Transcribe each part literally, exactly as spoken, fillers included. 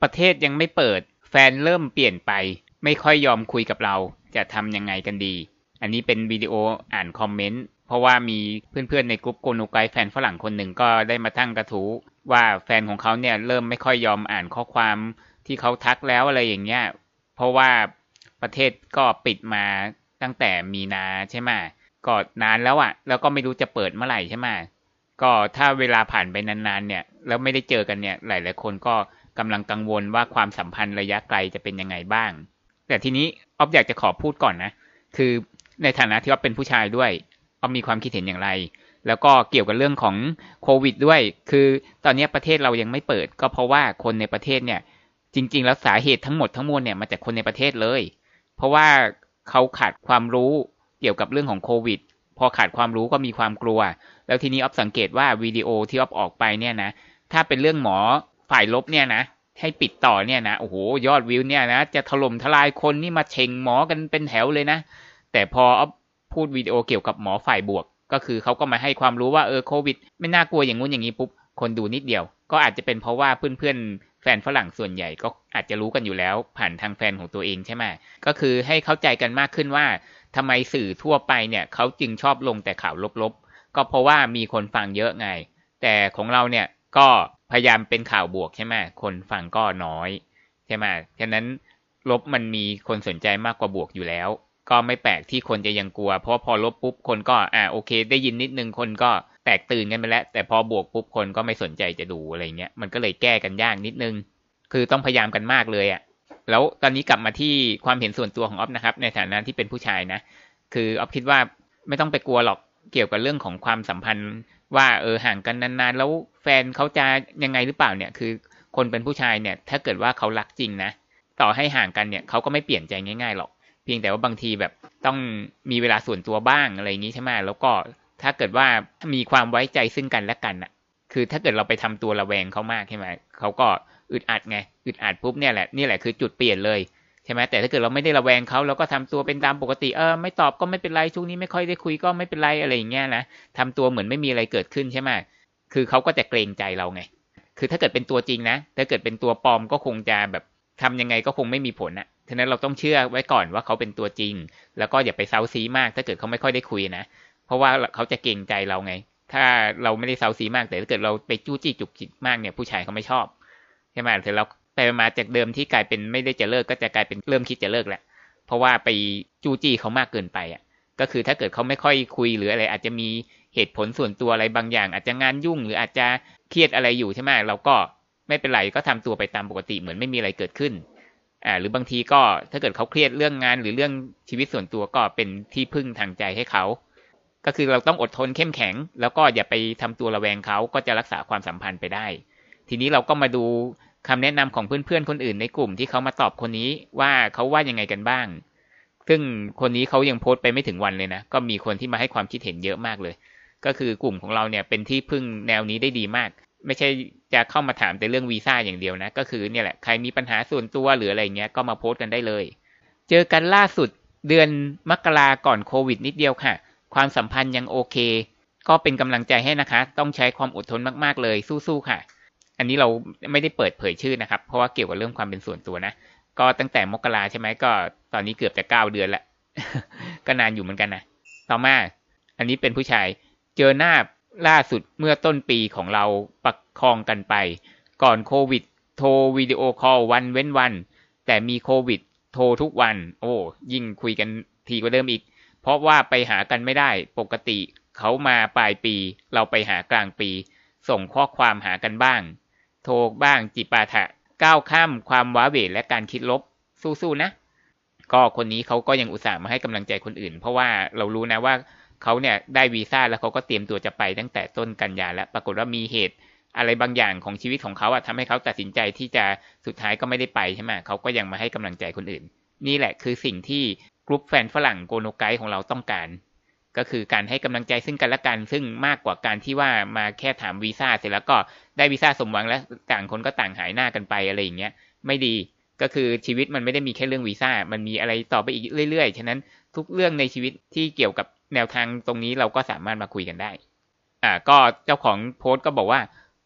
ประเทศยังไม่เปิดแฟนเริ่มเปลี่ยนไปไม่ค่อยยอมคุยกับเราจะทำยังไงกันดีอันนี้เป็นวิดีโออ่านคอมเมนต์เพราะว่ามีเพื่อนๆในกลุ่มโกโนไกแฟนฝรั่งคนหนึ่งก็ได้มาตั้งกระทู้ว่าแฟนของเขาเนี่ยเริ่มไม่ค่อยยอมอ่านข้อความที่เขาทักแล้วอะไรอย่างเงี้ยเพราะว่าประเทศก็ปิดมาตั้งแต่มีนาใช่ไหมก็นานแล้วอะแล้วก็ไม่รู้จะเปิดเมื่อไหร่ใช่ไหมก็ถ้าเวลาผ่านไปนานๆเนี่ยแล้วไม่ได้เจอกันเนี่ยหลายๆคนก็กำลังกังวลว่าความสัมพันธ์ระยะไกลจะเป็นยังไงบ้างแต่ทีนี้ออฟอยากจะขอพูดก่อนนะคือในฐานะที่ออฟเป็นผู้ชายด้วยออฟมีความคิดเห็นอย่างไรแล้วก็เกี่ยวกับเรื่องของโควิดด้วยคือตอนนี้ประเทศเรายังไม่เปิดก็เพราะว่าคนในประเทศเนี่ยจริงๆแล้วสาเหตุทั้งหมดทั้งมวลเนี่ยมาจากคนในประเทศเลยเพราะว่าเขาขาดความรู้เกี่ยวกับเรื่องของโควิดพอขาดความรู้ก็มีความกลัวแล้วทีนี้ออฟสังเกตว่าวิดีโอที่ออฟออกไปเนี่ยนะถ้าเป็นเรื่องหมอฝ่ายลบเนี่ยนะให้ปิดต่อเนี่ยนะโอ้โหยอดวิวเนี่ยนะจะถล่มทลายคนนี่มาเชงหมอกันเป็นแถวเลยนะแต่พอออฟพูดวิดีโอเกี่ยวกับหมอฝ่ายบวกก็คือเขาก็มาให้ความรู้ว่าเออโควิดไม่น่ากลัวอย่างงู้นอย่างนี้ปุ๊บคนดูนิดเดียวก็อาจจะเป็นเพราะว่าเพื่อนๆแฟนฝรั่งส่วนใหญ่ก็อาจจะรู้กันอยู่แล้วผ่านทางแฟนของตัวเองใช่ไหมก็คือให้เข้าใจกันมากขึ้นว่าทำไมสื่อทั่วไปเนี่ยเขาจึงชอบลงแต่ข่าวลบๆก็เพราะว่ามีคนฟังเยอะไงแต่ของเราเนี่ยก็พยายามเป็นข่าวบวกใช่ไหมคนฟังก็น้อยใช่ไหมฉะนั้นลบมันมีคนสนใจมากกว่าบวกอยู่แล้วก็ไม่แปลกที่คนจะยังกลัวเพราะพอลบปุ๊บคนก็อ่าโอเคได้ยินนิดนึงคนก็แตกตื่นกันไปแล้วแต่พอบวกปุ๊บคนก็ไม่สนใจจะดูอะไรเงี้ยมันก็เลยแก้กันยากนิดนึงคือต้องพยายามกันมากเลยอ่ะแล้วตอนนี้กลับมาที่ความเห็นส่วนตัวของออฟนะครับในฐานะที่เป็นผู้ชายนะคือออฟคิดว่าไม่ต้องไปกลัวหรอกเกี่ยวกับเรื่องของความสัมพันธ์ว่าเออห่างกันนานๆแล้วแฟนเขาจะยังไงหรือเปล่าเนี่ยคือคนเป็นผู้ชายเนี่ยถ้าเกิดว่าเขารักจริงนะต่อให้ห่างกันเนี่ยเขาก็ไม่เปลี่ยนใจง่ายๆหรอกเพียงแต่ว่าบางทีแบบต้องมีเวลาส่วนตัวบ้างอะไรอย่างนี้ใช่ไหมแล้วก็ถ้าเกิดว่ามีความไว้ใจซึ่งกันและกันอ่ะคือถ้าเกิดเราไปทำตัวระแวงเขามากใช่ไหมเขาก็อึดอัดไงอึดอัดปุ๊บเนี่ยแหละนี่แหละคือจุดเปลี่ยนเลยใช่ไหมแต่ถ้าเกิดเราไม่ได้ระแวงเขาเราก็ทำตัวเป็นตามปกติเออไม่ตอบก็ไม่เป็นไรช่วงนี้ไม่ค่อยได้คุยก็ไม่เป็นไรอะไรอย่างเงี้ยนะทำตัวเหมือนไม่มีอะไรเกิดขึ้นใช่ไหมคือเขาก็จะเกรงใจเราไงคือถ้าเกิดเป็นตัวจริงนะถ้าเกิดเป็นตัวปลอมก็คงจะแบบทำยังไงก็คงไม่มีผลอ่ะฉะนั้นเราต้องเชื่อไว้ก่อนว่าเขาเป็นตัวจริงแล้วก็อย่าไปเซาซีมากถ้าเกิดเขาไม่ค่อยได้คุยนะเพราะว่าเขาจะเกรงใจเราไงถ้าเราไม่ได้เซาซีมากแต่ถ้าเกิดเราไปจู้จี้จุกจิกมากเนี่ยผู้ชายเขาไม่ชอบใช่ไหมแต่เราไปมาจากเดิมที่กลายเป็นไม่ได้จะเลิกก็จะกลายเป็นเริ่มคิดจะเลิกแล้วเพราะว่าไปจู้จี้เขามากเกินไปอ่ะก็คือถ้าเกิดเขาไม่ค่อยคุยหรืออะไรอาจจะมีเหตุผลส่วนตัวอะไรบางอย่างอาจจะงานยุ่งหรืออาจจะเครียดอะไรอยู่ใช่ไหมเราก็ไม่เป็นไรก็ทำตัวไปตามปกติเหมือนไม่มีอะไรเกิดขึ้นอ่าหรือบางทีก็ถ้าเกิดเขาเครียดเรื่องงานหรือเรื่องชีวิตส่วนตัวก็เป็นที่พึ่งทางใจให้เขาก็คือเราต้องอดทนเข้มแข็งแล้วก็อย่าไปทำตัวระแวงเขาก็จะรักษาความสัมพันธ์ไปได้ทีนี้เราก็มาดูคำแนะนำของเพื่อนๆคนอื่นในกลุ่มที่เขามาตอบคนนี้ว่าเขาว่ายังไงกันบ้างซึ่งคนนี้เขายังโพสต์ไปไม่ถึงวันเลยนะก็มีคนที่มาให้ความคิดเห็นเยอะมากเลยก็คือกลุ่มของเราเนี่ยเป็นที่พึ่งแนวนี้ได้ดีมากไม่ใช่จะเข้ามาถามแต่เรื่องวีซ่าอย่างเดียวนะก็คือเนี่ยแหละใครมีปัญหาส่วนตัวหรืออะไรเงี้ยก็มาโพสต์กันได้เลยเจอกันล่าสุดเดือนมกราก่อนโควิดนิดเดียวค่ะความสัมพันธ์ยังโอเคก็เป็นกำลังใจให้นะคะต้องใช้ความอดทนมากๆเลยสู้ๆค่ะอันนี้เราไม่ได้เปิดเผยชื่อนะครับเพราะว่าเกี่ยวกับเรื่องความเป็นส่วนตัวนะก็ตั้งแต่มกราใช่ไหมก็ตอนนี้เกือบจะเก้าเดือนละ ก็นานอยู่เหมือนกันนะต่อมาอันนี้เป็นผู้ชายเจอหน้าล่าสุดเมื่อต้นปีของเราประคองกันไปก่อนโควิดโทรวิดีโอคอลวันเว้นวันแต่มีโควิดโทรทุกวันโอ้ยิ่งคุยกันทีกว่าเดิมอีกเพราะว่าไปหากันไม่ได้ปกติเขามาปลายปีเราไปหากลางปีส่งข้อความหากันบ้างโทรบ้างจิปาถะก้าวข้ามความว้าเหวและการคิดลบสู้ๆนะก็คนนี้เขาก็ยังอุตส่าห์มาให้กำลังใจคนอื่นเพราะว่าเรารู้นะว่าเขาเนี่ยได้วีซ่าแล้วเขาก็เตรียมตัวจะไปตั้งแต่ต้นกันยาแล้วปรากฏว่ามีเหตุอะไรบางอย่างของชีวิตของเขาอะทำให้เขาตัดสินใจที่จะสุดท้ายก็ไม่ได้ไปใช่ไหมเขาก็ยังมาให้กำลังใจคนอื่นนี่แหละคือสิ่งที่กลุ่มแฟนฝรั่งโกโนไกด์ของเราต้องการก็คือการให้กำลังใจซึ่งกันและกันซึ่งมากกว่าการที่ว่ามาแค่ถามวีซ่าเสร็จแล้วก็ได้วีซ่าสมหวังแล้วต่างคนก็ต่างหายหน้ากันไปอะไรอย่างเงี้ยไม่ดีก็คือชีวิตมันไม่ได้มีแค่เรื่องวีซ่ามันมีอะไรต่อไปอีกเรื่อยๆฉะนั้นทุกเรื่องในชีวิตที่เกี่ยวกับแนวทางตรงนี้เราก็สามารถมาคุยกันได้อ่าก็เจ้าของโพสต์ก็บอกว่า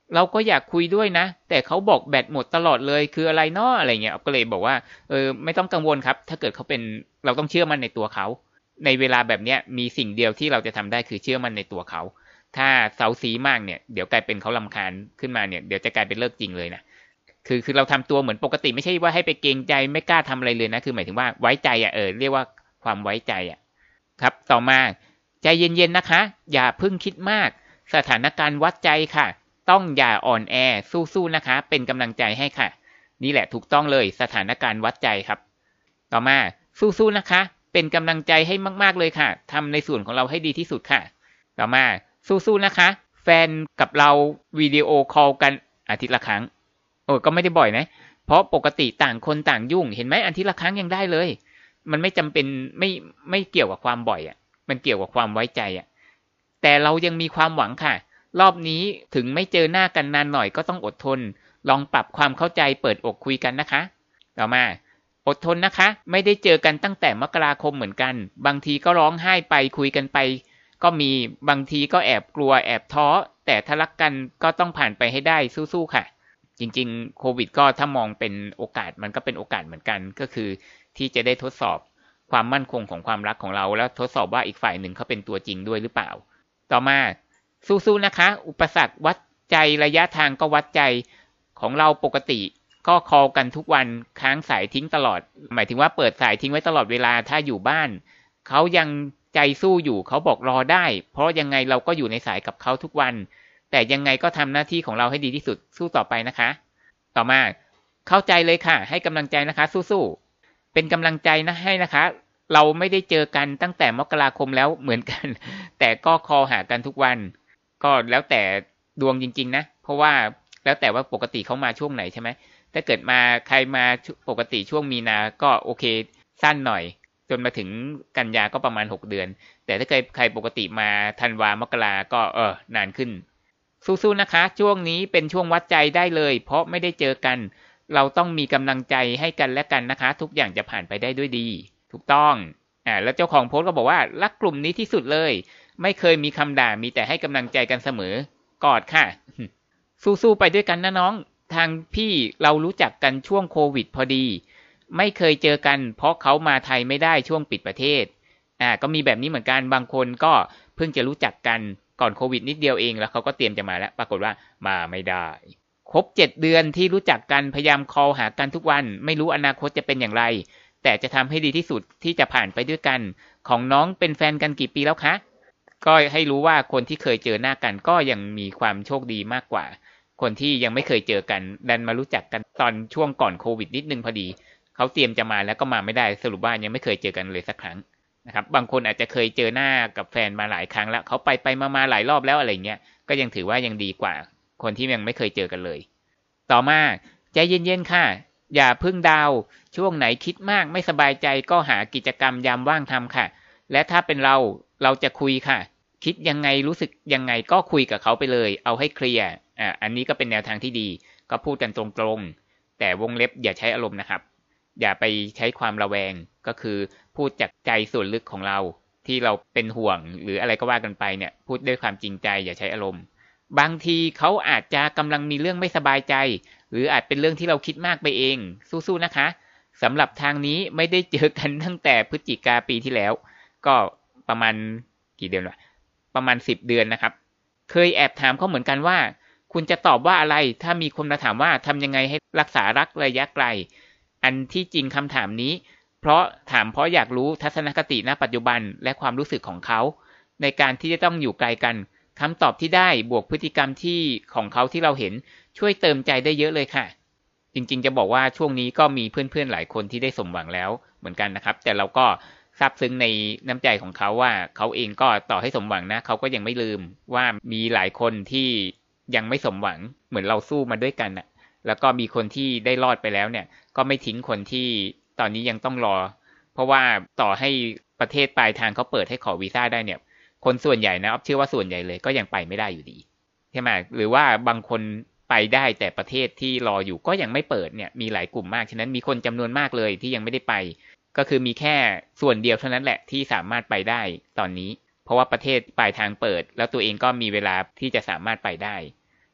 เราก็อยากคุยด้วยนะแต่เขาบอกแบตหมดตลอดเลยคืออะไรเนาะอะไรเงี้ยก็เลยบอกว่าเออไม่ต้องกังวลครับถ้าเกิดเขาเป็นเราต้องเชื่อมั่นในตัวเขาในเวลาแบบเนี้ยมีสิ่งเดียวที่เราจะทำได้คือเชื่อมั่นในตัวเขาถ้าเซาซีมากเนี่ยเดี๋ยวกลายเป็นเขารำคาญขึ้นมาเนี่ยเดี๋ยวจะกลายเป็นเลิกจริงเลยนะคือคือเราทำตัวเหมือนปกติไม่ใช่ว่าให้ไปเกรงใจไม่กล้าทำอะไรเลยนะคือหมายถึงว่าไว้ใจอ่ะเออเรียกว่าความไว้ใจอ่ะครับต่อมาใจเย็นๆนะคะอย่าเพิ่งคิดมากสถานการณ์วัดใจค่ะต้องอย่าอ่อนแอสู้ๆนะคะเป็นกำลังใจให้ค่ะนี่แหละถูกต้องเลยสถานการณ์วัดใจครับต่อมาสู้ๆนะคะเป็นกำลังใจให้มากๆเลยค่ะทำในส่วนของเราให้ดีที่สุดค่ะต่อมาสู้ๆนะคะแฟนกับเราวิดีโอคอลกันอาทิตย์ละครั้งโอ้ก็ไม่ได้บ่อยนะเพราะปกติต่างคนต่างยุ่งเห็นไหมอาทิตย์ละครั้งยังได้เลยมันไม่จำเป็นไม่ไม่เกี่ยวกับความบ่อยอ่ะมันเกี่ยวกับความไว้ใจอ่ะแต่เรายังมีความหวังค่ะรอบนี้ถึงไม่เจอหน้ากันนานหน่อยก็ต้องอดทนลองปรับความเข้าใจเปิดอกคุยกันนะคะต่อมาอดทนนะคะไม่ได้เจอกันตั้งแต่มกราคมเหมือนกันบางทีก็ร้องไห้ไปคุยกันไปก็มีบางทีก็แอบกลัวแอบท้อแต่ถ้ารักกันก็ต้องผ่านไปให้ได้สู้ๆค่ะจริงๆโควิดก็ถ้ามองเป็นโอกาสมันก็เป็นโอกาสเหมือนกันก็คือที่จะได้ทดสอบความมั่นคงของความรักของเราแล้วทดสอบว่าอีกฝ่ายหนึ่งเขาเป็นตัวจริงด้วยหรือเปล่าต่อมาสู้ๆนะคะอุปสรรควัดใจระยะทางก็วัดใจของเราปกติก็คอลกันทุกวันค้างสายทิ้งตลอดหมายถึงว่าเปิดสายทิ้งไว้ตลอดเวลาถ้าอยู่บ้านเขายังใจสู้อยู่เขาบอกรอได้เพราะยังไงเราก็อยู่ในสายกับเขาทุกวันแต่ยังไงก็ทำหน้าที่ของเราให้ดีที่สุดสู้ต่อไปนะคะต่อมาเข้าใจเลยค่ะให้กำลังใจนะคะสู้ๆเป็นกำลังใจนะให้นะคะเราไม่ได้เจอกันตั้งแต่มกราคมแล้วเหมือนกันแต่ก็คอลหากันทุกวันก็แล้วแต่ดวงจริงๆนะเพราะว่าแล้วแต่ว่าปกติเขามาช่วงไหนใช่ไหมถ้าเกิดมาใครมาปกติช่วงมีนาก็โอเคสั้นหน่อยจนมาถึงกันยาก็ประมาณหกเดือนแต่ถ้าใครใครปกติมาธันวามกราก็เออนานขึ้นสู้ๆนะคะช่วงนี้เป็นช่วงวัดใจได้เลยเพราะไม่ได้เจอกันเราต้องมีกำลังใจให้กันและกันนะคะทุกอย่างจะผ่านไปได้ด้วยดีถูกต้องอ่าแล้วเจ้าของโพสต์ก็บอกว่ารักกลุ่มนี้ที่สุดเลยไม่เคยมีคำด่ามีแต่ให้กำลังใจกันเสมอกอดค่ะสู้ๆไปด้วยกันนะน้องทางพี่เรารู้จักกันช่วงโควิดพอดีไม่เคยเจอกันเพราะเขามาไทยไม่ได้ช่วงปิดประเทศอ่าก็มีแบบนี้เหมือนกันบางคนก็เพิ่งจะรู้จักกันก่อนโควิดนิดเดียวเองแล้วเขาก็เตรียมจะมาแล้วปรากฏว่ามาไม่ได้ครบเจ็ดเดือนที่รู้จักกันพยายามคอลหากันทุกวันไม่รู้อนาคตจะเป็นอย่างไรแต่จะทำให้ดีที่สุดที่จะผ่านไปด้วยกันของน้องเป็นแฟนกันกี่ปีแล้วคะก็ให้รู้ว่าคนที่เคยเจอหน้ากันก็ยังมีความโชคดีมากกว่าคนที่ยังไม่เคยเจอกันดันมารู้จักกันตอนช่วงก่อนโควิดนิดนึงพอดีเขาเตรียมจะมาแล้วก็มาไม่ได้สรุปว่ายังไม่เคยเจอกันเลยสักครั้งนะครับบางคนอาจจะเคยเจอหน้ากับแฟนมาหลายครั้งแล้วเขาไปไปมาๆหลายรอบแล้วอะไรเงี้ยก็ยังถือว่ายังดีกว่าคนที่ยังไม่เคยเจอกันเลยต่อมาใจเย็นๆค่ะอย่าพึ่งดาวช่วงไหนคิดมากไม่สบายใจก็หากิจกรรมยามว่างทำค่ะและถ้าเป็นเราเราจะคุยค่ะคิดยังไงรู้สึกยังไงก็คุยกับเขาไปเลยเอาให้เคลียร์อ่าอันนี้ก็เป็นแนวทางที่ดีก็พูดกันตรงๆแต่วงเล็บอย่าใช้อารมณ์นะครับอย่าไปใช้ความระแวงก็คือพูดจากใจส่วนลึกของเราที่เราเป็นห่วงหรืออะไรก็ว่ากันไปเนี่ยพูดด้วยความจริงใจอย่าใช้อารมณ์บางทีเขาอาจจะกำลังมีเรื่องไม่สบายใจหรืออาจเป็นเรื่องที่เราคิดมากไปเองสู้ๆนะคะสำหรับทางนี้ไม่ได้เจอกันตั้งแต่พฤศจิกาปีที่แล้วก็ประมาณกี่เดือนวะประมาณสิบเดือนนะครับเคยแอบถามเขาเหมือนกันว่าคุณจะตอบว่าอะไรถ้ามีคนมาถามว่าทำยังไงให้รักษารักระยะไกลอันที่จริงคำถามนี้เพราะถามเพราะอยากรู้ทัศนคติณปัจจุบันและความรู้สึกของเขาในการที่จะต้องอยู่ไกลกันคำตอบที่ได้บวกพฤติกรรมที่ของเขาที่เราเห็นช่วยเติมใจได้เยอะเลยค่ะจริงๆจะบอกว่าช่วงนี้ก็มีเพื่อนๆหลายคนที่ได้สมหวังแล้วเหมือนกันนะครับแต่เราก็ซาบซึ้งในน้ำใจของเขาว่าเขาเองก็ต่อให้สมหวังนะเขาก็ยังไม่ลืมว่ามีหลายคนที่ยังไม่สมหวังเหมือนเราสู้มาด้วยกันน่ะแล้วก็มีคนที่ได้รอดไปแล้วเนี่ยก็ไม่ทิ้งคนที่ตอนนี้ยังต้องรอเพราะว่าต่อให้ประเทศปลายทางเขาเปิดให้ขอวีซ่าได้เนี่ยคนส่วนใหญ่นะอ๊อฟเชื่อว่าส่วนใหญ่เลยก็ยังไปไม่ได้อยู่ดีใช่ไหมหรือว่าบางคนไปได้แต่ประเทศที่รออยู่ก็ยังไม่เปิดเนี่ยมีหลายกลุ่มมากฉะนั้นมีคนจำนวนมากเลยที่ยังไม่ได้ไปก็คือมีแค่ส่วนเดียวเท่านั้นแหละที่สามารถไปได้ตอนนี้เพราะว่าประเทศปลายทางเปิดแล้วตัวเองก็มีเวลาที่จะสามารถไปได้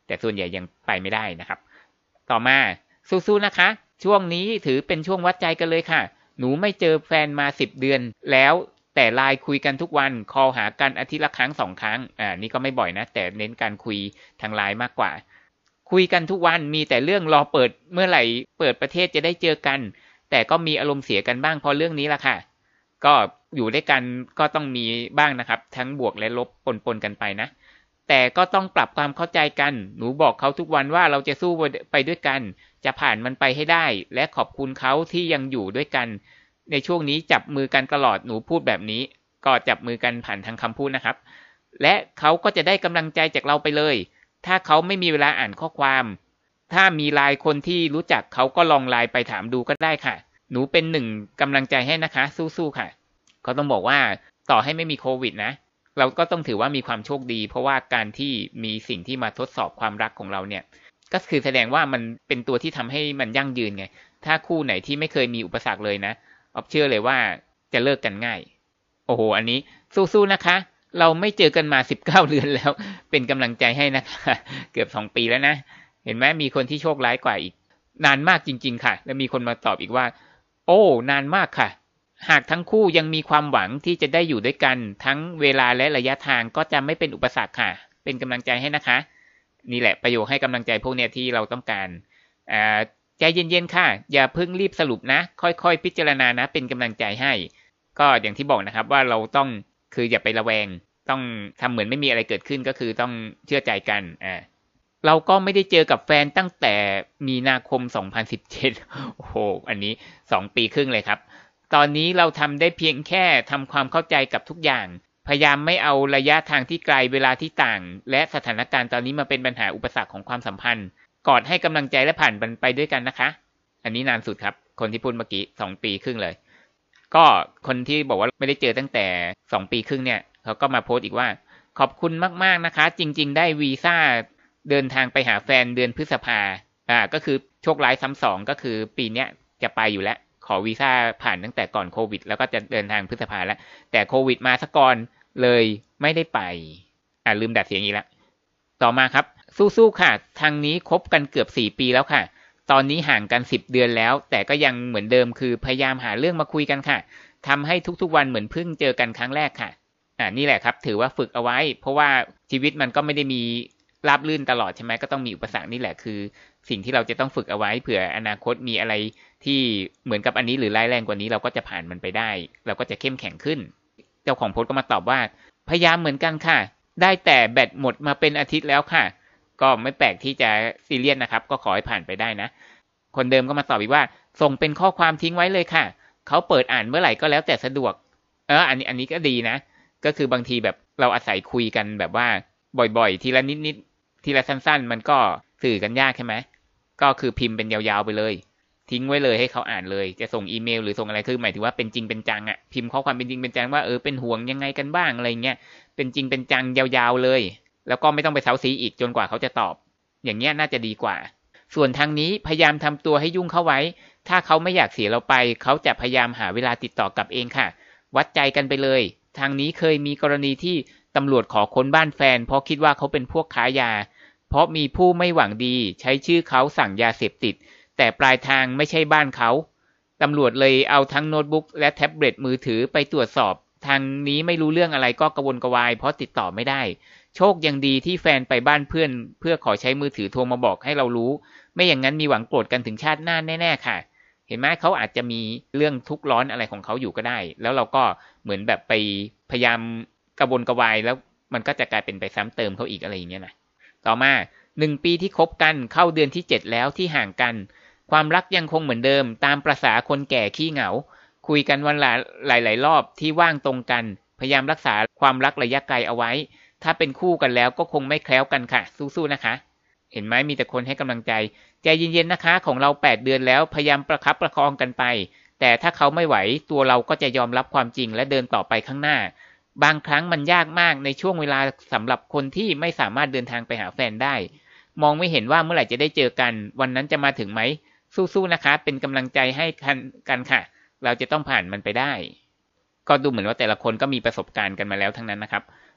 แต่ส่วนใหญ่ยังไปไม่ได้นะครับต่อมาสู้ๆนะคะช่วงนี้ถือเป็นช่วงวัดใจกันเลยค่ะหนูไม่เจอแฟนมาสิบเดือนแล้วแต่ไลน์คุยกันทุกวันคอลหากันอาทิตย์ละครั้งสองครั้งอ่านี่ก็ไม่บ่อยนะแต่เน้นการคุยทางไลน์มากกว่าคุยกันทุกวันมีแต่เรื่องรอเปิดเมื่อไหร่เปิดประเทศจะได้เจอกันแต่ก็มีอารมณ์เสียกันบ้างเพราะเรื่องนี้ล่ะค่ะก็อยู่ด้วยกันก็ต้องมีบ้างนะครับทั้งบวกและลบปนๆกันไปนะแต่ก็ต้องปรับความเข้าใจกันหนูบอกเขาทุกวันว่าเราจะสู้ไปด้วยกันจะผ่านมันไปให้ได้และขอบคุณเขาที่ยังอยู่ด้วยกันในช่วงนี้จับมือกันตลอดหนูพูดแบบนี้ก็จับมือกันผ่านทางคำพูดนะครับและเขาก็จะได้กำลังใจจากเราไปเลยถ้าเขาไม่มีเวลาอ่านข้อความถ้ามีไลน์คนที่รู้จักเขาก็ลองไลน์ไปถามดูก็ได้ค่ะหนูเป็นหนึ่งกำลังใจให้นะคะสู้ๆค่ะก็ต้องบอกว่าต่อให้ไม่มีโควิดนะเราก็ต้องถือว่ามีความโชคดีเพราะว่าการที่มีสิ่งที่มาทดสอบความรักของเราเนี่ยก็คือแสดงว่ามันเป็นตัวที่ทำให้มันยั่งยืนไงถ้าคู่ไหนที่ไม่เคยมีอุปสรรคเลยนะออฟเชื่อเลยว่าจะเลิกกันง่ายโอ้โหอันนี้สู้ๆนะคะเราไม่เจอกันมาสิบเก้าเดือนแล้วเป็นกำลังใจให้นะคะเกือบสองปีแล้วนะเห็นไหมมีคนที่โชคร้ายกว่าอีกนานมากจริงๆค่ะแล้วมีคนมาตอบอีกว่าโอ้นานมากค่ะหากทั้งคู่ยังมีความหวังที่จะได้อยู่ด้วยกันทั้งเวลาและระยะทางก็จะไม่เป็นอุปสรรคค่ะเป็นกำลังใจให้นะคะนี่แหละประโยคให้กำลังใจพวกเนี้ยที่เราต้องการอ่าใจเย็นๆค่ะอย่าเพิ่งรีบสรุปนะค่อยๆพิจารณานะเป็นกำลังใจให้ก็อย่างที่บอกนะครับว่าเราต้องคืออย่าไประแวงต้องทำเหมือนไม่มีอะไรเกิดขึ้นก็คือต้องเชื่อใจกันอ่าเราก็ไม่ได้เจอกับแฟนตั้งแต่มีนาคมสองพันสิบเจ็ดโอ้โหอันนี้สองปีครึ่งเลยครับตอนนี้เราทำได้เพียงแค่ทำความเข้าใจกับทุกอย่างพยายามไม่เอาระยะทางที่ไกลเวลาที่ต่างและสถานการณ์ตอนนี้มาเป็นปัญหาอุปสรรคของความสัมพันธ์กอดให้กำลังใจและผ่านมันไปด้วยกันนะคะอันนี้นานสุดครับคนที่พูดเมื่อกี้สองปีครึ่งเลยก็คนที่บอกว่าไม่ได้เจอตั้งแต่สองปีครึ่งเนี่ยเขาก็มาโพสต์อีกว่าขอบคุณมากๆนะคะจริงๆได้วีซ่าเดินทางไปหาแฟนเดือนพฤษภาอ่าก็คือโชคร้ายซ้ำสองก็คือปีเนี้ยจะไปอยู่แล้วขอวีซ่าผ่านตั้งแต่ก่อนโควิดแล้วก็จะเดินทางพฤษภาแล้วแต่โควิดมาซะก่อนเลยไม่ได้ไปอ่าลืมดัดเสียงอีกแล้วต่อมาครับสู้ๆค่ะทางนี้คบกันเกือบสี่ปีแล้วค่ะตอนนี้ห่างกันสิบเดือนแล้วแต่ก็ยังเหมือนเดิมคือพยายามหาเรื่องมาคุยกันค่ะทำให้ทุกๆวันเหมือนเพิ่งเจอกันครั้งแรกค่ะอ่านี่แหละครับถือว่าฝึกเอาไว้เพราะว่าชีวิตมันก็ไม่ได้มีราบรื่นตลอดใช่ไหมก็ต้องมีอุปสรรคนี่แหละคือสิ่งที่เราจะต้องฝึกเอาไว้เผื่ออนาคตมีอะไรที่เหมือนกับอันนี้หรือร้ายแรงกว่านี้เราก็จะผ่านมันไปได้เราก็จะเข้มแข็งขึ้นเจ้าของโพสต์ก็มาตอบว่าพยายามเหมือนกันค่ะได้แต่แบตหมดมาเป็นอาทิตย์แล้วค่ะก็ไม่แปลกที่จะซีเรียสนะครับก็ขอให้ผ่านไปได้นะคนเดิมก็มาตอบอีกว่าส่งเป็นข้อความทิ้งไว้เลยค่ะเขาเปิดอ่านเมื่อไหร่ก็แล้วแต่สะดวกเอออันนี้อันนี้ก็ดีนะก็คือบางทีแบบเราอาศัยคุยกันแบบว่าบ่อยๆทีละนิดๆทีละสั้นๆมันก็สื่อกันยากใช่ไหมก็คือพิมพ์เป็นยาวๆไปเลยทิ้งไว้เลยให้เขาอ่านเลยจะส่งอีเมลหรือส่งอะไรคือหมายถึงว่าเป็นจริงเป็นจังอ่ะพิมพ์ข้อความเป็นจริงเป็นจังว่าเออเป็นห่วงยังไงกันบ้างอะไรเงี้ยเป็นจริงเป็นจังยาวๆเลยแล้วก็ไม่ต้องไปเซ้าซีอีกจนกว่าเขาจะตอบอย่างเงี้ยน่าจะดีกว่าส่วนทางนี้พยายามทำตัวให้ยุ่งเข้าไว้ถ้าเขาไม่อยากเสียเราไปเขาจะพยายามหาเวลาติดต่อกลับเองค่ะวัดใจกันไปเลยทางนี้เคยมีกรณีที่ตำรวจขอค้นบ้านแฟนเพราะคิดว่าเขาเป็นพวกค้ายาเพราะมีผู้ไม่หวังดีใช้ชื่อเขาสั่งยาเสพติดแต่ปลายทางไม่ใช่บ้านเขาตำรวจเลยเอาทั้งโน้ตบุ๊กและแท็บเล็ตมือถือไปตรวจสอบทางนี้ไม่รู้เรื่องอะไรก็กระวนกระวายเพราะติดต่อไม่ได้โชคยังดีที่แฟนไปบ้านเพื่อนเพื่อขอใช้มือถือโทรมาบอกให้เรารู้ไม่อย่างนั้นมีหวังโกรธกันถึงชาติหน้าแน่ๆค่ะเห็นไหมเขาอาจจะมีเรื่องทุกข์ร้อนอะไรของเขาอยู่ก็ได้แล้วเราก็เหมือนแบบไปพยายามกระวนกระวายแล้วมันก็จะกลายเป็นไปซ้ำเติมเขาอีกอะไรอย่างเงี้ยนะต่อมาหนึ่งปีที่คบกันเข้าเดือนที่เจ็ดแล้วที่ห่างกันความรักยังคงเหมือนเดิมตามประสาคนแก่ขี้เหงาคุยกันวันละหลายๆรอบที่ว่างตรงกันพยายามรักษาความรักระยะไกลเอาไว้ถ้าเป็นคู่กันแล้วก็คงไม่แคล้วกันค่ะสู้ๆนะคะเห็นไหมมีแต่คนให้กำลังใจใจเย็นๆนะคะของเราแปดเดือนแล้วพยายามประคับประคองกันไปแต่ถ้าเขาไม่ไหวตัวเราก็จะยอมรับความจริงและเดินต่อไปข้างหน้าบางครั้งมันยากมากในช่วงเวลาสำหรับคนที่ไม่สามารถเดินทางไปหาแฟนได้มองไม่เห็นว่าเมื่อไหร่จะได้เจอกันวันนั้นจะมาถึงไหมสู้ๆนะคะเป็นกำลังใจให้กันค่ะเราจะต้องผ่านมันไปได้ก็ดูเหมือนว่าแต่ละคนก็มีประสบการณ์กันมาแล้วทั้งนั้นนะครับ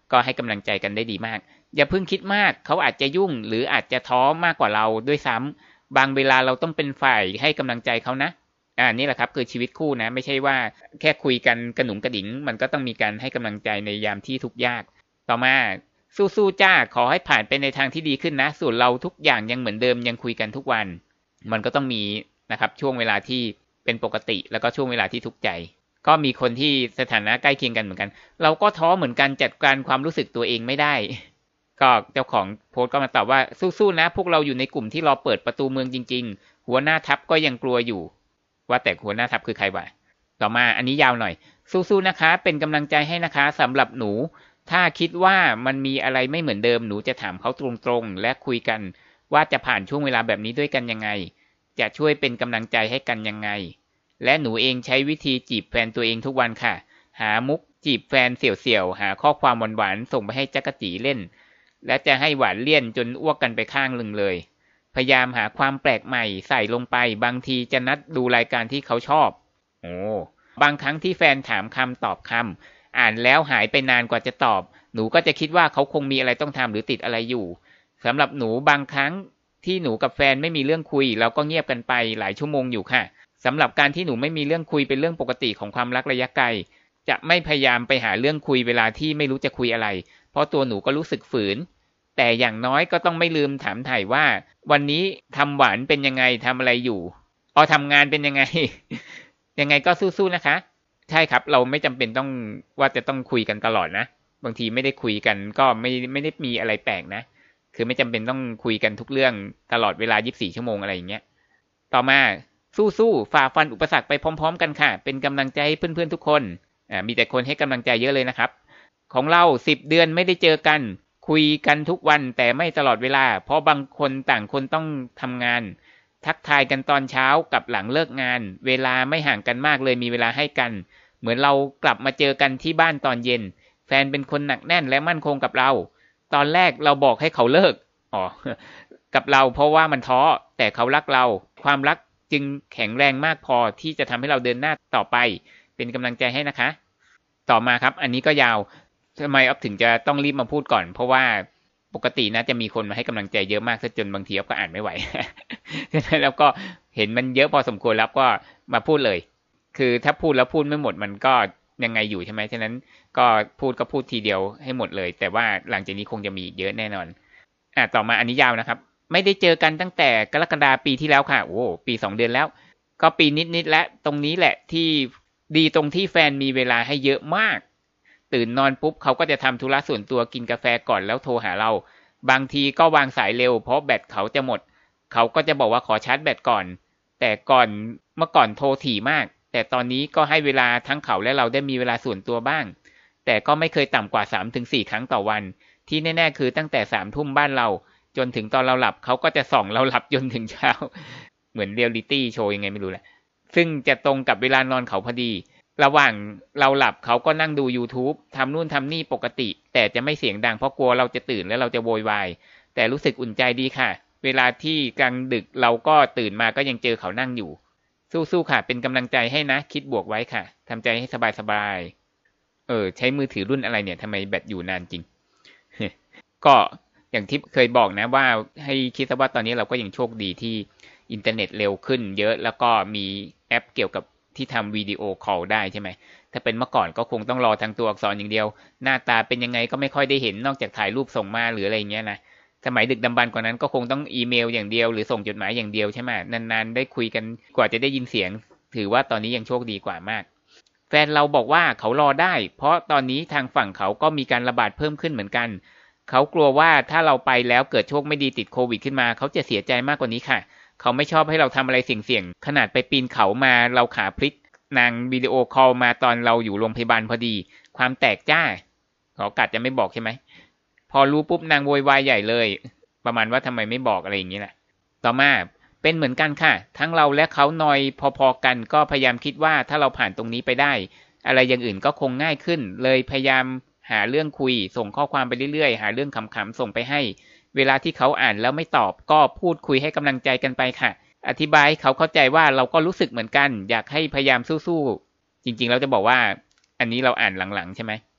ก็ให้กำลังใจกันได้ดีมากอย่าเพิ่งคิดมากเขาอาจจะยุ่งหรืออาจจะท้อมากกว่าเราด้วยซ้ำบางเวลาเราต้องเป็นฝ่ายให้กำลังใจเขานะอ่านี่แหละครับคือชีวิตคู่นะไม่ใช่ว่าแค่คุยกันกระหนุงกระดิ่งมันก็ต้องมีการให้กำลังใจในยามที่ทุกข์ยากต่อมาสู้ๆจ้าขอให้ผ่านไปในทางที่ดีขึ้นนะส่วนเราทุกอย่างยังเหมือนเดิมยังคุยกันทุกวันมันก็ต้องมีนะครับช่วงเวลาที่เป็นปกติแล้วก็ช่วงเวลาที่ทุกข์ใจก็มีคนที่สถานะใกล้เคียงกันเหมือนกันเราก็ท้อเหมือนกันจัดการความรู้สึกตัวเองไม่ได้ก็เจ้าของโพสต์ก็มาตอบว่าสู้ๆนะพวกเราอยู่ในกลุ่มที่รอเปิดประตูเมืองจริงๆหัวหน้าทัพก็ยังกลัวอยู่ว่าแต่หัวหน้าทัพคือใครวะต่อมาอันนี้ยาวหน่อยสู้ๆนะคะเป็นกำลังใจให้นะคะสำหรับหนูถ้าคิดว่ามันมีอะไรไม่เหมือนเดิมหนูจะถามเขาตรงๆและคุยกันว่าจะผ่านช่วงเวลาแบบนี้ด้วยกันยังไงจะช่วยเป็นกำลังใจให้กันยังไงและหนูเองใช้วิธีจีบแฟนตัวเองทุกวันค่ะหามุกจีบแฟนเสี่ยวๆหาข้อความหวานๆส่งไปให้จักรจีเล่นและจะให้หวานเลี่ยนจนอ้วกกันไปข้างหนึ่งเลยพยายามหาความแปลกใหม่ใส่ลงไปบางทีจะนัดดูรายการที่เขาชอบโอ้บางครั้งที่แฟนถามคำตอบคำอ่านแล้วหายไปนานกว่าจะตอบหนูก็จะคิดว่าเขาคงมีอะไรต้องทำหรือติดอะไรอยู่สำหรับหนูบางครั้งที่หนูกับแฟนไม่มีเรื่องคุยเราก็เงียบกันไปหลายชั่วโมงอยู่ค่ะสำหรับการที่หนูไม่มีเรื่องคุยเป็นเรื่องปกติของความรักระยะไกลจะไม่พยายามไปหาเรื่องคุยเวลาที่ไม่รู้จะคุยอะไรเพราะตัวหนูก็รู้สึกฝืนแต่อย่างน้อยก็ต้องไม่ลืมถามไถ่ว่าวันนี้ทำหวานเป็นยังไงทำอะไรอยู่พอทำงานเป็นยังไง ยังไงก็สู้ๆนะคะใช่ครับเราไม่จำเป็นต้องว่าจะต้องคุยกันตลอดนะบางทีไม่ได้คุยกันก็ไม่ไม่ได้มีอะไรแปลกนะคือไม่จำเป็นต้องคุยกันทุกเรื่องตลอดเวลายี่สิบสี่ชั่วโมงอะไรอย่างเงี้ยต่อมาสู้ๆฝ่าฟันอุปสรรคไปพร้อมๆกันค่ะเป็นกำลังใจให้เพื่อนๆทุกคนอ่ามีแต่คนให้กำลังใจเยอะเลยนะครับของเราสิบเดือนไม่ได้เจอกันคุยกันทุกวันแต่ไม่ตลอดเวลาเพราะบางคนต่างคนต้องทำงานทักทายกันตอนเช้ากับหลังเลิกงานเวลาไม่ห่างกันมากเลยมีเวลาให้กันเหมือนเรากลับมาเจอกันที่บ้านตอนเย็นแฟนเป็นคนหนักแน่นและมั่นคงกับเราตอนแรกเราบอกให้เขาเลิกอ๋อกับเราเพราะว่ามันท้อแต่เขารักเราความรักจึงแข็งแรงมากพอที่จะทำให้เราเดินหน้าต่อไปเป็นกำลังใจให้นะคะต่อมาครับอันนี้ก็ยาวทำไมอ๊อฟถึงจะต้องรีบมาพูดก่อนเพราะว่าปกตินะจะมีคนมาให้กำลังใจเยอะมากซะจนบางทีอ๊อฟก็อ่านไม่ไหว แล้วก็เห็นมันเยอะพอสมควรแล้วก็มาพูดเลยคือถ้าพูดแล้วพูดไม่หมดมันก็ยังไงอยู่ใช่ไหมฉะนั้นก็พูดก็พูดทีเดียวให้หมดเลยแต่ว่าหลังจากนี้คงจะมีเยอะแน่นอนอ่ะต่อมาอันนี้ยาวนะครับไม่ได้เจอกันตั้งแต่กรกฎาปีที่แล้วค่ะโอ้ปีสองเดือนแล้วก็ปีนิดๆแล้วตรงนี้แหละที่ดีตรงที่แฟนมีเวลาให้เยอะมากตื่นนอนปุ๊บเขาก็จะทำธุระส่วนตัวกินกาแฟก่อนแล้วโทรหาเราบางทีก็วางสายเร็วเพราะแบตเขาจะหมดเขาก็จะบอกว่าขอชาร์จแบตก่อนแต่ก่อนเมื่อก่อนโทรถี่มากแต่ตอนนี้ก็ให้เวลาทั้งเขาและเราได้มีเวลาส่วนตัวบ้างแต่ก็ไม่เคยต่ำกว่า สามถึงสี่ ครั้งต่อวันที่แน่ๆคือตั้งแต่สามทุ่มบ้านเราจนถึงตอนเราหลับเขาก็จะส่องเราหลับจนถึงเช้าเหมือนเรียลลิตี้โชว์ยังไงไม่รู้แหละซึ่งจะตรงกับเวลานอนเขาพอดีระหว่างเราหลับเขาก็นั่งดู YouTube ทำนู่นทำนี่ปกติแต่จะไม่เสียงดังเพราะกลัวเราจะตื่นแล้วเราจะโวยวายแต่รู้สึกอุ่นใจดีค่ะเวลาที่กลางดึกเราก็ตื่นมาก็ยังเจอเขานั่งอยู่สู้ๆค่ะเป็นกำลังใจให้นะคิดบวกไว้ค่ะทำใจให้สบายๆเออใช้มือถือรุ่นอะไรเนี่ยทำไมแบตอยู่นานจริง ก็อย่างที่เคยบอกนะว่าให้คิดซะว่าตอนนี้เราก็ยังโชคดีที่อินเทอร์เน็ตเร็วขึ้นเยอะแล้วก็มีแอปเกี่ยวกับที่ทำวิดีโอคอลได้ใช่ไหมถ้าเป็นเมื่อก่อนก็คงต้องรอทางตัวอักษรอย่างเดียวหน้าตาเป็นยังไงก็ไม่ค่อยได้เห็นนอกจากถ่ายรูปส่งมาหรืออะไรเงี้ยนะสมัยดึกดำบรรพ์กว่านั้นก็คงต้องอีเมลอย่างเดียวหรือส่งจดหมายอย่างเดียวใช่ไหมนานๆได้คุยกันกว่าจะได้ยินเสียงถือว่าตอนนี้ยังโชคดีกว่ามากแฟนเราบอกว่าเขารอได้เพราะตอนนี้ทางฝั่งเขาก็มีการระบาดเพิ่มขึ้นเหมือนกันเขากลัวว่าถ้าเราไปแล้วเกิดโชคไม่ดีติดโควิดขึ้นมาเขาจะเสียใจมากกว่านี้ค่ะเขาไม่ชอบให้เราทำอะไรเสี่ยงๆขนาดไปปีนเขามาเราขาพลิกนางวิดีโอคอลมาตอนเราอยู่โรงพยาบาลพอดีความแตกจ้าเขากัดจะไม่บอกใช่ไหมพอรู้ปุ๊บนางโวยวายใหญ่เลยประมาณว่าทำไมไม่บอกอะไรอย่างนี้แหละต่อมาเป็นเหมือนกันค่ะทั้งเราและเขานอยพอๆกันก็พยายามคิดว่าถ้าเราผ่านตรงนี้ไปได้อะไรอย่างอื่นก็คงง่ายขึ้นเลยพยายามหาเรื่องคุยส่งข้อความไปเรื่อยๆหาเรื่องขำๆส่งไปให้เวลาที่เขาอ่านแล้วไม่ตอบก็พูดคุยให้กำลังใจกันไปค่ะอธิบายให้เขาเข้าใจว่าเราก็รู้สึกเหมือนกันอยากให้พยายามสู้ๆจริงๆเราจะบอกว่าอันนี้เราอ่านหลังๆใช่ไหม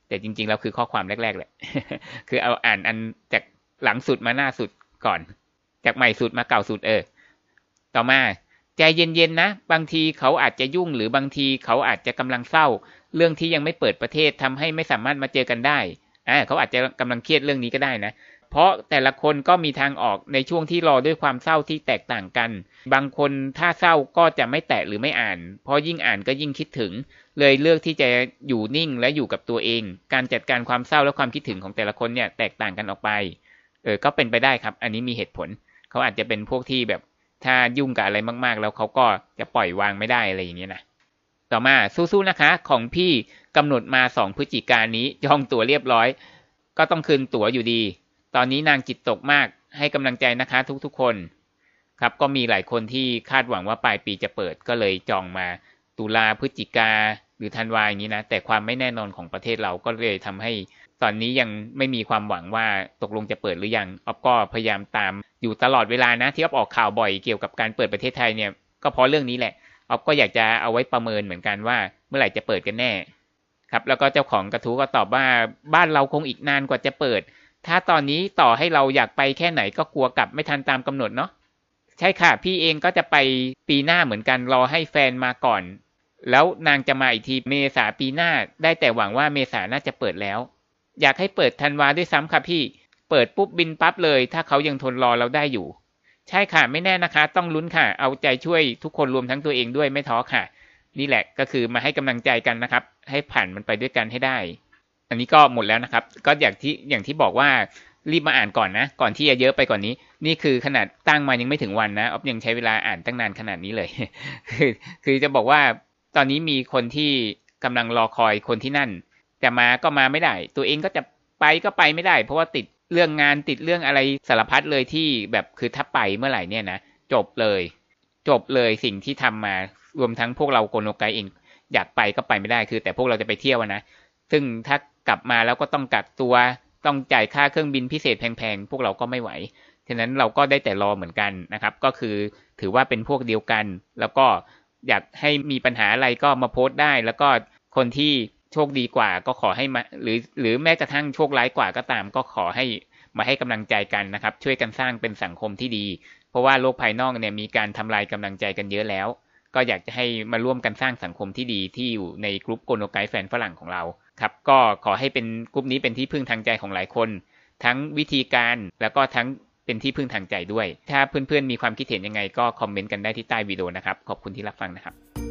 แต่จริงๆแล้วคือข้อความแรกๆแหละ คือเอาอ่านอันจากหลังสุดมาหน้าสุดก่อนจากใหม่สุดมาเก่าสุดเออต่อมาใจเย็นๆนะบางทีเขาอาจจะยุ่งหรือบางทีเขาอาจจะกำลังเศร้าเรื่องที่ยังไม่เปิดประเทศทำให้ไม่สามารถมาเจอกันได้อ่าเขาอาจจะกำลังเครียดเรื่องนี้ก็ได้นะเพราะแต่ละคนก็มีทางออกในช่วงที่รอด้วยความเศร้าที่แตกต่างกันบางคนถ้าเศร้าก็จะไม่แตะหรือไม่อ่านเพราะยิ่งอ่านก็ยิ่งคิดถึงเลยเลือกที่จะอยู่นิ่งและอยู่กับตัวเองการจัดการความเศร้าและความคิดถึงของแต่ละคนเนี่ยแตกต่างกันออกไปเออก็เป็นไปได้ครับอันนี้มีเหตุผลเขาอาจจะเป็นพวกที่แบบถ้ายุ่งกับอะไรมากๆแล้วเขาก็จะปล่อยวางไม่ได้อะไรอย่างเงี้ยนะต่อมาสู้ๆนะคะของพี่กำหนดมาสองพฤศจิกายนนี้จองตั๋วเรียบร้อยก็ต้องคืนตั๋วอยู่ดีตอนนี้นางจิตตกมากให้กำลังใจนะคะทุกๆคนครับก็มีหลายคนที่คาดหวังว่าปลายปีจะเปิดก็เลยจองมาตุลาพฤศจิกาหรือธันวาอย่างนี้นะแต่ความไม่แน่นอนของประเทศเราก็เลยทำให้ตอนนี้ยังไม่มีความหวังว่าตกลงจะเปิดหรือยังอ๊อฟก็พยายามตามอยู่ตลอดเวลานะที่อ๊อฟออกข่าวบ่อยเกี่ยวกับการเปิดประเทศไทยเนี่ยก็เพราะเรื่องนี้แหละอ๊อฟก็อยากจะเอาไว้ประเมินเหมือนกันว่าเมื่อไหร่จะเปิดกันแน่ครับแล้วก็เจ้าของกระทู้ก็ตอบว่าบ้านเราคงอีกนานกว่าจะเปิดถ้าตอนนี้ต่อให้เราอยากไปแค่ไหนก็กลัวกลับไม่ทันตามกำหนดเนาะใช่ค่ะพี่เองก็จะไปปีหน้าเหมือนกันรอให้แฟนมาก่อนแล้วนางจะมาอีกทีเมษาปีหน้าได้แต่หวังว่าเมษาน่าจะเปิดแล้วอยากให้เปิดธันวาด้วยซ้ำค่ะพี่เปิดปุ๊บบินปั๊บเลยถ้าเขายังทนรอเราได้อยู่ใช่ค่ะไม่แน่นะคะต้องลุ้นค่ะเอาใจช่วยทุกคนรวมทั้งตัวเองด้วยไม่ท้อค่ะนี่แหละก็คือมาให้กำลังใจกันนะครับให้ผ่านมันไปด้วยกันให้ได้อันนี้ก็หมดแล้วนะครับก็อย่างที่อย่างที่บอกว่ารีบมาอ่านก่อนนะก่อนที่จะเยอะไปกว่านนี้นี่คือขนาดตั้งมายังไม่ถึงวันนะอ๊อฟยังใช้เวลาอ่านตั้งนานขนาดนี้เลย คือคือจะบอกว่าตอนนี้มีคนที่กำลังรอคอยคนที่นั่นจะมาก็มาไม่ได้ตัวเองก็จะไปก็ไปไม่ได้เพราะว่าติดเรื่องงานติดเรื่องอะไรสารพัดเลยที่แบบคือถ้าไปเมื่อไหร่เนี่ยนะจบเลยจบเลยสิ่งที่ทำมารวมทั้งพวกเราโกโนไกเองอยากไปก็ไปไม่ได้คือแต่พวกเราจะไปเที่ยวนะซึ่งถ้ากลับมาแล้วก็ต้องกักตัวต้องจ่ายค่าเครื่องบินพิเศษแพงๆพวกเราก็ไม่ไหวฉะนั้นเราก็ได้แต่รอเหมือนกันนะครับก็คือถือว่าเป็นพวกเดียวกันแล้วก็อยากให้มีปัญหาอะไรก็มาโพสต์ได้แล้วก็คนที่โชคดีกว่าก็ขอให้มาหรือหรือแม้กระทั่งโชคร้ายกว่าก็ตามก็ขอให้มาให้กำลังใจกันนะครับช่วยกันสร้างเป็นสังคมที่ดีเพราะว่าโลกภายนอกเนี่ยมีการทำลายกำลังใจกันเยอะแล้วก็อยากจะให้มาร่วมกันสร้างสังคมที่ดีที่อยู่ในกลุ่มโกโนไกแฟนฝรั่งของเราครับก็ขอให้เป็นกลุ่มนี้เป็นที่พึ่งทางใจของหลายคนทั้งวิธีการแล้วก็ทั้งเป็นที่พึ่งทางใจด้วยถ้าเพื่อนๆมีความคิดเห็นยังไงก็คอมเมนต์กันได้ที่ใต้วิดีโอนะครับขอบคุณที่รับฟังนะครับ